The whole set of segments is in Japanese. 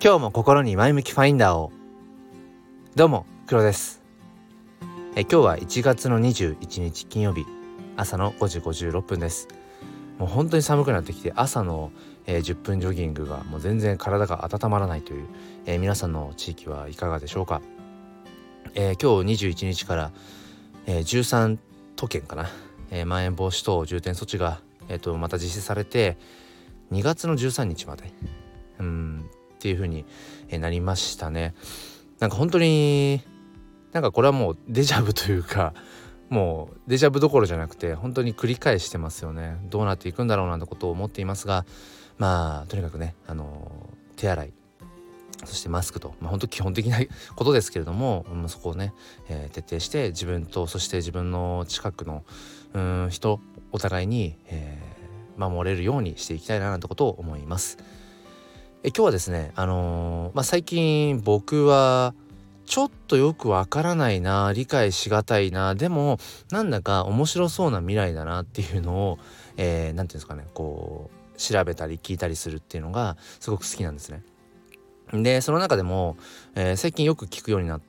今日も心に前向きファインダーを。どうも黒です。今日は1月の21日金曜日朝の5時56分です。もう本当に寒くなってきて朝の、10分ジョギングがもう全然体が温まらないという、皆さんの地域はいかがでしょうか。今日21日から、13都県かな、まん延防止等重点措置が、また実施されて2月の13日までっていう風になりましたね。なんか本当になんかこれはもうデジャブというか、もうデジャブどころじゃなくて本当に繰り返してますよね。どうなっていくんだろうなんてことを思っていますが、とにかくね、手洗い、そしてマスクと、本当基本的なことですけれども、そこをね、徹底して自分とそして自分の近くの人お互いに、守れるようにしていきたいななんてことを思います。今日はですね、最近僕はちょっとよくわからないな、理解しがたいな、でもなんだか面白そうな未来だなっていうのを、なんていうんですかね、こう調べたり聞いたりするっていうのがすごく好きなんですね。でその中でも、最近よく聞くようになった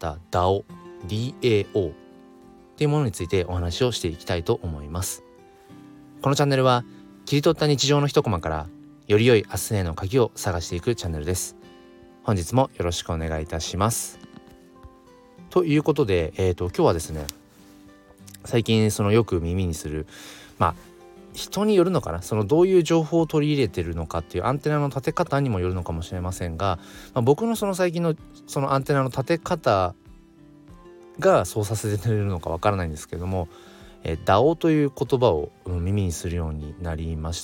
DAO っていうものについてお話をしていきたいと思います。このチャンネルは切り取った日常の一コマからより良い明日への鍵を探していくチャンネルです。本日もよろしくお願いいたします。ということで、今日はですね、最近よく耳にする、人によるのかな、どういう情報を取り入れてるのかっていうアンテナの立て方にもよるのかもしれませんが、僕の最近のアンテナの立て方がそうさせてるのかわからないんですけれども、DAO という言葉を耳にするようになりました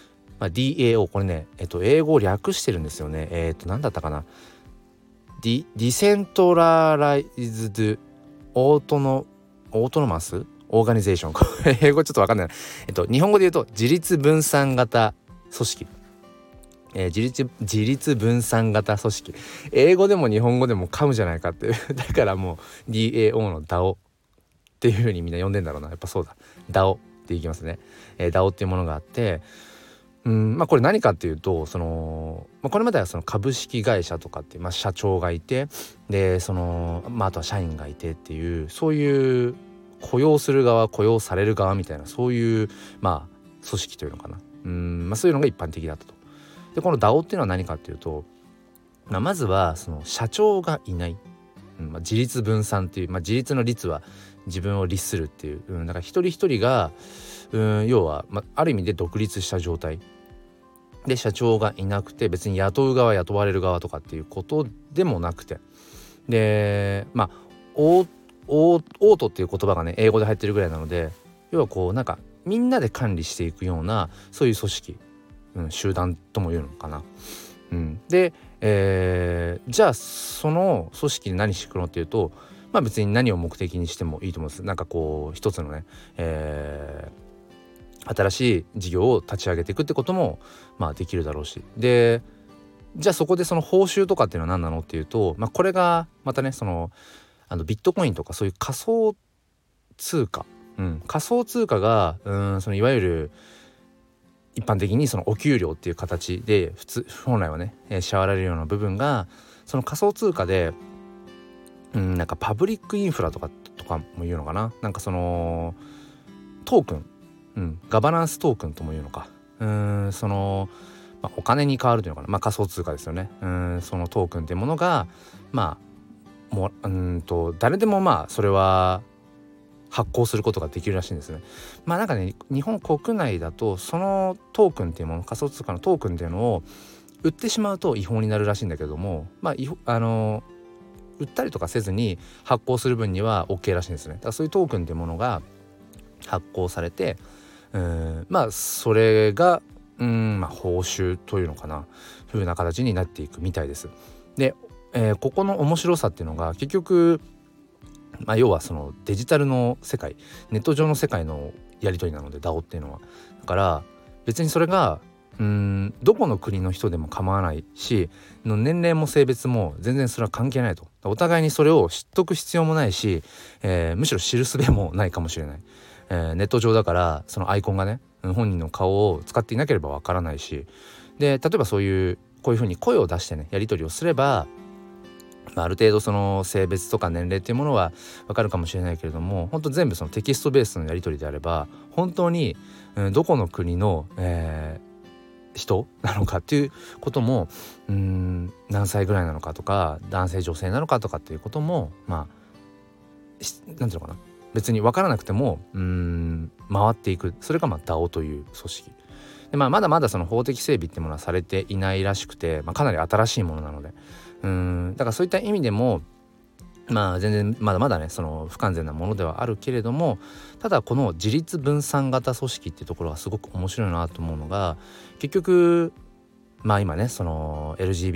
。DAO これね、英語を略してるんですよね。何だったかな、ディセントラライズドオートノマスオーガニゼーション英語ちょっと分かんない、日本語で言うと自立分散型組織、自立分散型組織、英語でも日本語でも噛むじゃないかってだからもう DAO の DAO っていう風にみんな呼んでんだろうな。やっぱそうだ DAO って言いますね。DAO っていうものがあって、これ何かっていうと、これまでは株式会社とかって、社長がいて、であとは社員がいてっていう、そういう雇用する側雇用される側みたいな、そういう組織というのかな、そういうのが一般的だったと。でこの DAO っていうのは何かっていうと、まずは社長がいない、自立分散っていう、自立の立は自分を律するっていう、だから一人一人が要は、ある意味で独立した状態で、社長がいなくて、別に雇う側雇われる側とかっていうことでもなくて、でオートっていう言葉がね英語で入ってるぐらいなので、要はなんかみんなで管理していくようなそういう組織、集団とも言うのかな。で、じゃあその組織に何していくのっていうと、別に何を目的にしてもいいと思うんです。なんか一つのね、新しい事業を立ち上げていくってこともできるだろうし、でじゃあそこで報酬とかっていうのは何なのっていうと、これがまたねビットコインとかそういう仮想通貨、仮想通貨がいわゆる一般的にお給料っていう形で本来はね支払われるような部分が仮想通貨でなんかパブリックインフラとかも言うのかな、なんかトークン、ガバナンストークンとも言うのか、お金に変わるというのかな、仮想通貨ですよね。そのトークンっていうものがもう誰でもそれは発行することができるらしいんですね。なんかね、日本国内だとそのトークンっていうもの、仮想通貨のトークンっていうのを売ってしまうと違法になるらしいんだけども、売ったりとかせずに発行する分には OK らしいんですね。だからそういうトークンっていうものが発行されて、それが報酬というのかな、風な形になっていくみたいです。で、ここの面白さっていうのが結局、要はデジタルの世界、ネット上の世界のやり取りなので DAO っていうのは、だから別にそれがどこの国の人でも構わないし、年齢も性別も全然それは関係ないと。お互いにそれを知っとく必要もないし、むしろ知る術もないかもしれない。ネット上だからアイコンがね本人の顔を使っていなければわからないし、で例えばそういうこういうふうに声を出してねやり取りをすれば、ある程度その性別とか年齢っていうものは分かるかもしれないけれども、本当全部そのテキストベースのやり取りであれば本当に、どこの国の、人なのかっていうことも、何歳ぐらいなのかとか、男性女性なのかとかっていうこともなんていうのかな、別に分からなくても回っていく、それがDAO という組織で、まだまだその法的整備っていうものはされていないらしくて、かなり新しいものなので、だからそういった意味でも全然まだまだねその不完全なものではあるけれども、ただこの自立分散型組織っていうところがすごく面白いなと思うのが、結局今ねその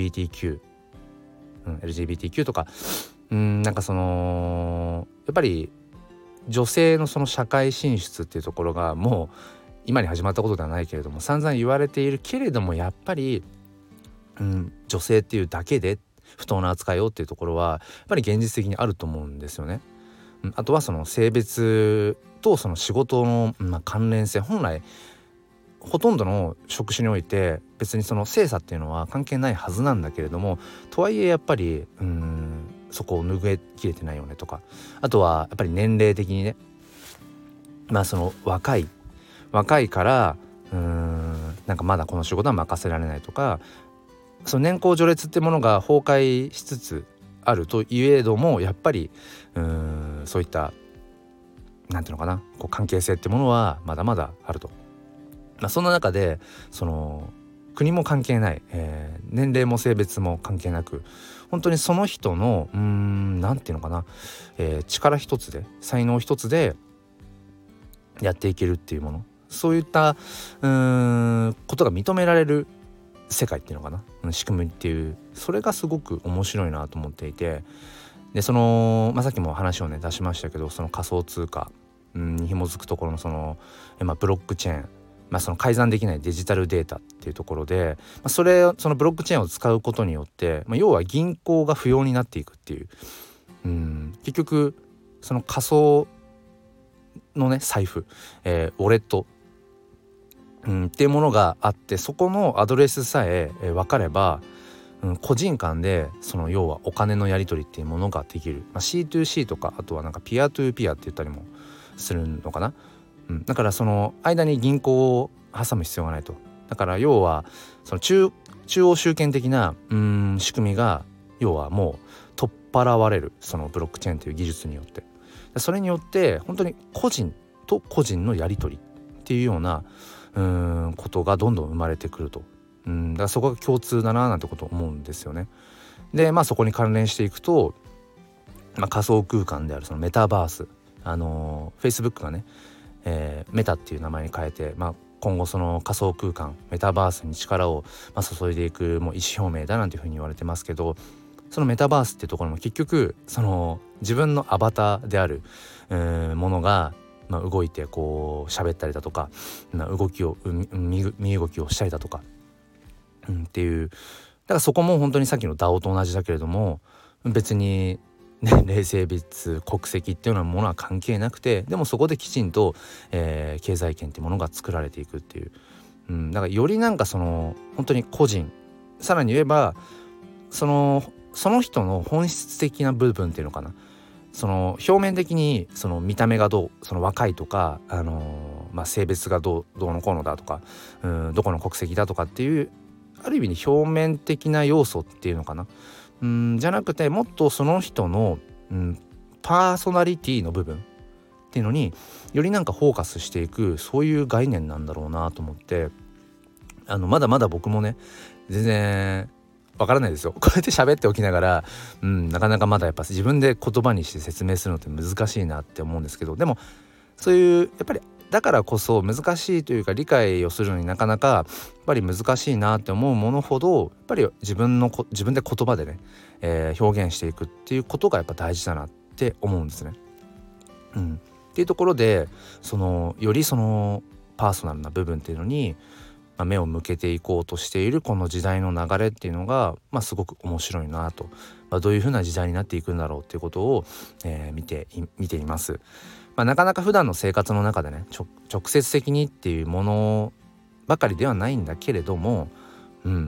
LGBTQ とかなんかそのやっぱり女性のその社会進出っていうところがもう今に始まったことではないけれども散々言われているけれども、やっぱり、女性っていうだけで不当な扱いをっていうところはやっぱり現実的にあると思うんですよね。あとはその性別とその仕事の、関連性、本来ほとんどの職種において別にその性差っていうのは関係ないはずなんだけれども、とはいえやっぱりそこを拭えきれてないよねとか、あとはやっぱり年齢的にね、その若いからなんかまだこの仕事は任せられないとか、その年功序列ってものが崩壊しつつあるといえども、やっぱりそういったなんていうのかな、こう関係性ってものはまだまだあると。そんな中でその国も関係ない、年齢も性別も関係なく、本当にその人のなんていうのかな、力一つで才能一つでやっていけるっていうもの、そういったことが認められる世界っていうのかな、仕組みっていう、それがすごく面白いなと思っていて、でその、さっきも話をね出しましたけど、その仮想通貨に紐づくところのその、ブロックチェーン、その改ざんできないデジタルデータっていうところで、そのブロックチェーンを使うことによって、要は銀行が不要になっていくっていう、結局その仮想のね財布、ウォレットっていうものがあって、そこのアドレスさえ分かれば、個人間でその要はお金のやり取りっていうものができる、C2C とか、あとはなんかピアトゥーピアって言ったりもするのかな、だからその間に銀行を挟む必要がないと。だから要はその中央集権的な仕組みが要はもう取っ払われる、そのブロックチェーンという技術によって、それによって本当に個人と個人のやり取りっていうようなことがどんどん生まれてくると。だからそこが共通だななんてことを思うんですよね。でそこに関連していくと、仮想空間であるそのメタバース、Facebook がね、メタっていう名前に変えて、今後その仮想空間メタバースに力を、注いでいくもう意思表明だなんていうふうに言われてますけど、そのメタバースっていうところも結局その自分のアバターであるものが動いてこう喋ったりだとか、動きを身動きをしたりだとか、っていう、だからそこも本当にさっきの DAO と同じだけれども、別に年齢性別国籍っていうようなものは関係なくて、でもそこできちんと、経済圏っていうものが作られていくっていう、だからよりなんかその本当に個人、さらに言えばその人の本質的な部分っていうのかな、その表面的にその見た目がその若いとか、性別がどうのこうのだとか、どこの国籍だとかっていうある意味に表面的な要素っていうのかな、じゃなくてもっとその人の、パーソナリティの部分っていうのによりなんかフォーカスしていく、そういう概念なんだろうなと思って、まだまだ僕もね全然わからないですよ。こうやって喋っておきながら、なかなかまだやっぱ自分で言葉にして説明するのって難しいなって思うんですけど、でもそういうやっぱりだからこそ難しいというか、理解をするのになかなかやっぱり難しいなって思うものほど、やっぱり自分で言葉でね、表現していくっていうことがやっぱ大事だなって思うんですね。っていうところでよりそのパーソナルな部分っていうのに、目を向けていこうとしているこの時代の流れっていうのが、すごく面白いなと、どういうふうな時代になっていくんだろうっていうことを、見ています。なかなか普段の生活の中でね直接的にっていうものばかりではないんだけれども、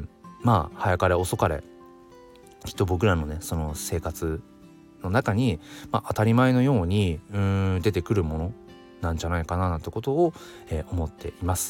早かれ遅かれきっと僕らのねその生活の中に、当たり前のように出てくるものなんじゃないかななんてことを、思っています。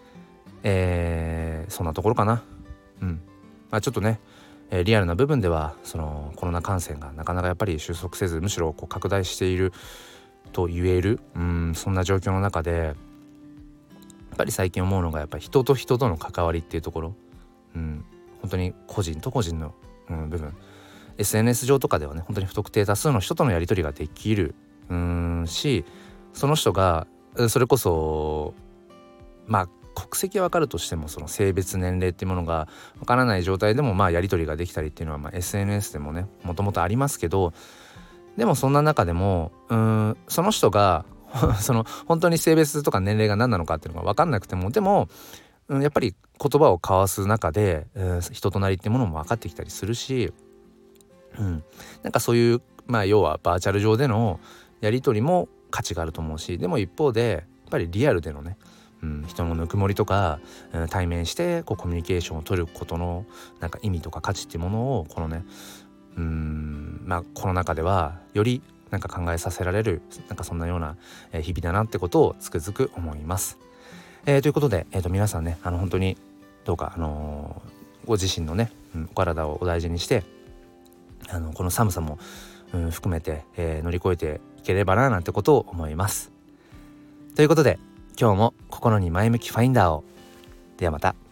そんなところかな。ちょっとね、リアルな部分ではそのコロナ感染がなかなかやっぱり収束せず、むしろこう拡大していると言えるそんな状況の中で、やっぱり最近思うのがやっぱり人と人との関わりっていうところ、本当に個人と個人の、部分 SNS 上とかではね本当に不特定多数の人とのやり取りができるし、その人がそれこそ国籍は分かるとしてもその性別年齢っていうものが分からない状態でもやり取りができたりっていうのはSNS でもねもともとありますけど、でもそんな中でもその人がその本当に性別とか年齢が何なのかっていうのが分かんなくても、でもやっぱり言葉を交わす中で人となりっていうものも分かってきたりするし、なんかそういう要はバーチャル上でのやり取りも価値があると思うし、でも一方でやっぱりリアルでのね、人のぬくもりとか、対面してこうコミュニケーションを取ることのなんか意味とか価値っていうものをこのねコロナ禍ではよりなんか考えさせられるなんかそんなような日々だなってことをつくづく思います。ということで、皆さんね本当にどうか、ご自身のね、お体をお大事にしてこの寒さも、含めて、乗り越えていければななんてことを思います。ということで今日も心に前向きファインダーを。ではまた。